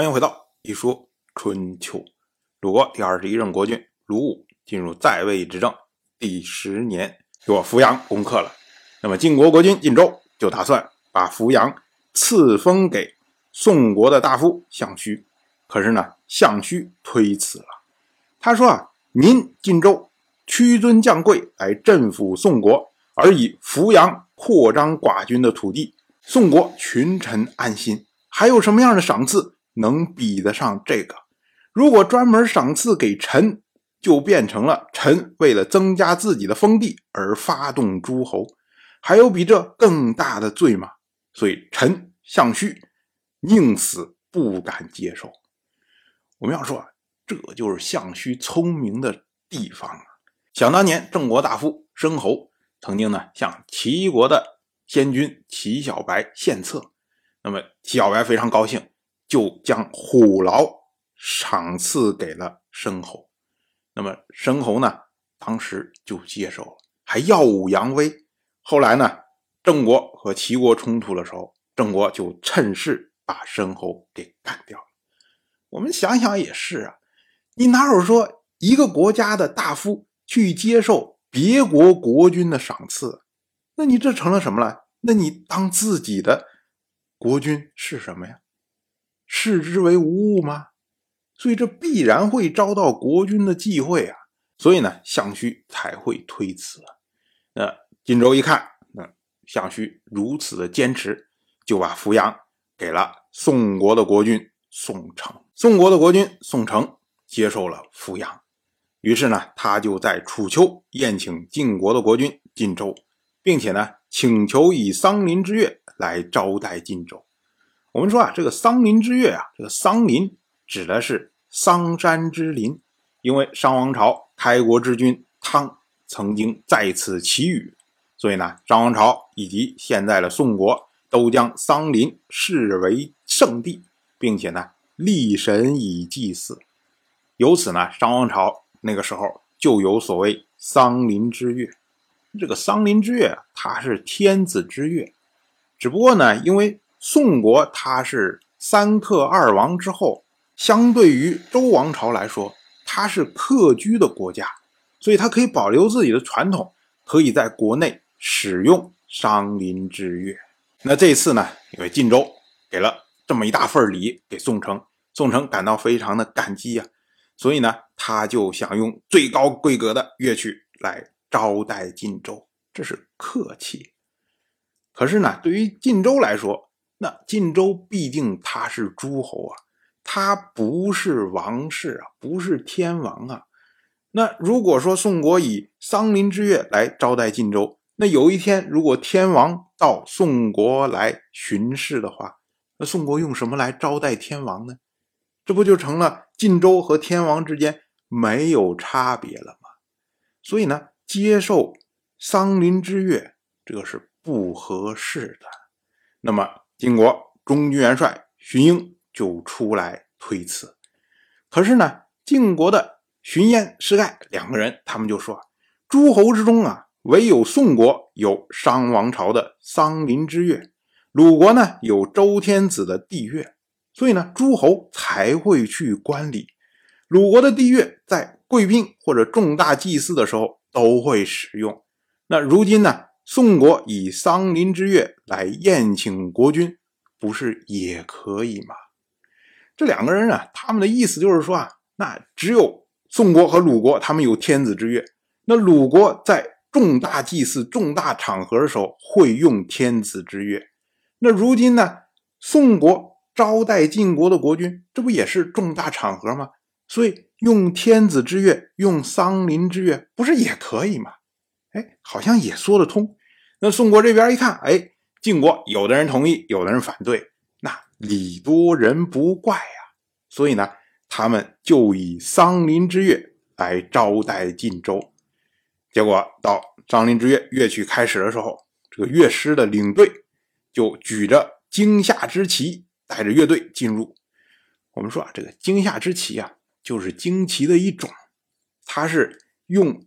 欢迎回到一说春秋。鲁国第21任国君鲁武进入在位执政第10年，给我扶阳攻克了。那么晋国国君晋州就打算把扶阳赐封给宋国的大夫项须，可是呢，项须推辞了。他说您晋州屈尊降贵来镇抚宋国，而以扶阳扩张寡君的土地，宋国群臣安心，还有什么样的赏赐能比得上这个？如果专门赏赐给臣，就变成了臣为了增加自己的封地而发动诸侯，还有比这更大的罪吗？所以臣项须宁死不敢接受。我们要说这就是项须聪明的地方啊。想当年郑国大夫申侯曾经呢向齐国的先君齐小白献策，那么齐小白非常高兴，就将虎牢赏赐给了申侯。那么申侯呢当时就接受了，还耀武扬威。后来呢郑国和齐国冲突的时候，郑国就趁势把申侯给干掉了。我们想想也是你哪有说一个国家的大夫去接受别国国君的赏赐？那你这成了什么了？那你当自己的国君是什么呀？视之为无物吗？所以这必然会遭到国君的忌讳啊。所以呢，项须才会推辞。晋州一看，项须如此的坚持，就把扶阳给了宋国的国君宋城。宋国的国君宋城接受了扶阳，于是呢，他就在楚秋宴请晋国的国君晋州，并且呢，请求以桑林之乐来招待晋州。我们说这个桑林之乐这个桑林指的是桑山之林，因为商王朝开国之君汤曾经在此祈雨，所以呢，商王朝以及现在的宋国都将桑林视为圣地，并且呢，立神以祭祀。由此呢，商王朝那个时候就有所谓桑林之乐。这个桑林之乐它是天子之乐，只不过呢，因为宋国它是3克2王之后，相对于周王朝来说，它是客居的国家，所以它可以保留自己的传统，可以在国内使用桑林之乐。那这次呢，因为晋州给了这么一大份礼给宋城，宋城感到非常的感激所以呢，他就想用最高规格的乐曲来招待晋州，这是客气。可是呢，对于晋州来说，那晋州毕竟他是诸侯他不是王室不是天王那如果说宋国以桑林之乐来招待晋州，那有一天如果天王到宋国来巡视的话，那宋国用什么来招待天王呢？这不就成了晋州和天王之间没有差别了吗？所以呢，接受桑林之乐这个是不合适的。那么晋国中军元帅荀婴就出来推辞。可是呢，晋国的荀偃、师盖2个人，他们就说诸侯之中唯有宋国有商王朝的桑林之乐，鲁国呢有周天子的帝乐，所以呢，诸侯才会去观礼。鲁国的帝乐在贵宾或者重大祭祀的时候都会使用。那如今呢，宋国以桑林之乐来宴请国君，不是也可以吗？这2个人他们的意思就是说那只有宋国和鲁国他们有天子之乐，那鲁国在重大祭祀、重大场合的时候会用天子之乐。那如今呢，宋国招待晋国的国君，这不也是重大场合吗？所以用天子之乐，用桑林之乐，不是也可以吗？好像也说得通。那宋国这边一看，晋国有的人同意，有的人反对，那礼多人不怪所以呢，他们就以桑林之乐来招待晋州。结果到桑林之乐乐曲开始的时候，这个乐师的领队就举着荆夏之旗，带着乐队进入。我们说这个荆夏之旗就是荆旗的一种，它是用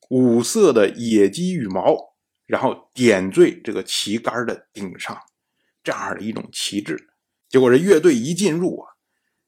5色的野鸡羽毛，然后点缀这个旗杆的顶上，这样的一种旗帜。结果这乐队一进入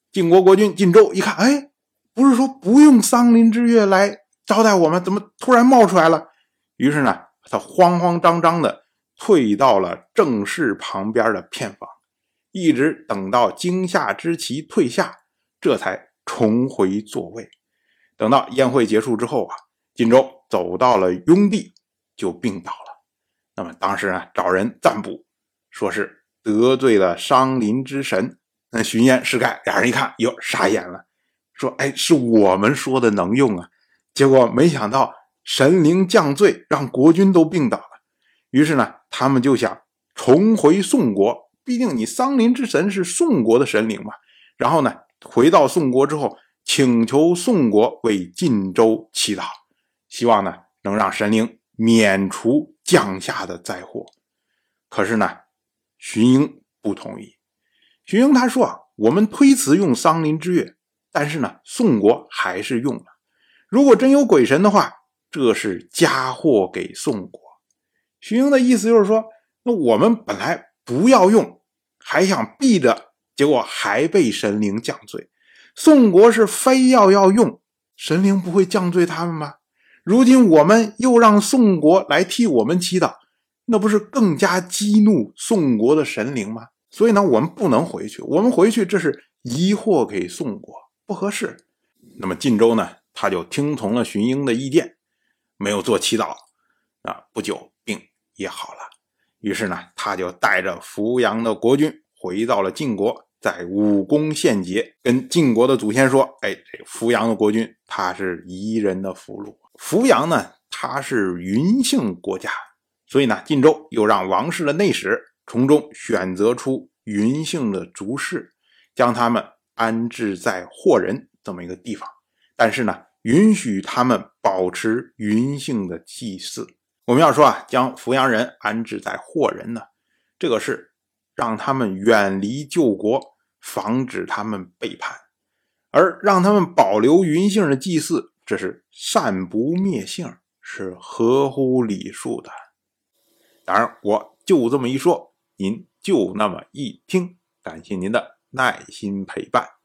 晋国国君晋州一看，哎，不是说不用桑林之月来招待我们，怎么突然冒出来了？于是呢，他慌慌张张的退到了正室旁边的片房，一直等到荆夏之旗退下，这才重回座位。等到宴会结束之后啊，晋州走到了雍地，就病倒了。那么当时呢，找人占卜，说是得罪了商林之神。那荀偃、士盖俩人一看，哟，傻眼了，说，哎，是我们说的能用啊，结果没想到神灵降罪，让国君都病倒了。于是呢，他们就想重回宋国，毕竟你桑林之神是宋国的神灵嘛。然后呢，回到宋国之后，请求宋国为晋州祈祷，希望呢能让神灵免除降下的灾祸。可是呢，荀英不同意。荀英他说啊，我们推辞用桑林之月，但是呢，宋国还是用了。如果真有鬼神的话，这是加祸给宋国。荀英的意思就是说，那我们本来不要用，还想避着，结果还被神灵降罪。宋国是非要用，神灵不会降罪他们吗？如今我们又让宋国来替我们祈祷，那不是更加激怒宋国的神灵吗？所以呢，我们不能回去，我们回去这是疑惑给宋国，不合适。那么晋州呢，他就听从了荀英的意见，没有做祈祷啊，不久病也好了。于是呢，他就带着扶阳的国君回到了晋国，在武功献捷，跟晋国的祖先说，哎，这扶阳的国君他是夷人的俘虏。扶阳呢，他是云姓国家，所以呢，晋州又让王室的内史从中选择出云姓的族士，将他们安置在霍人这么一个地方，但是呢，允许他们保持云姓的祭祀。我们要说啊，将扶阳人安置在霍人呢，这个是让他们远离旧国，防止他们背叛，而让他们保留云姓的祭祀，这是善不灭姓，是合乎礼数的。当然我就这么一说，您就那么一听，感谢您的耐心陪伴。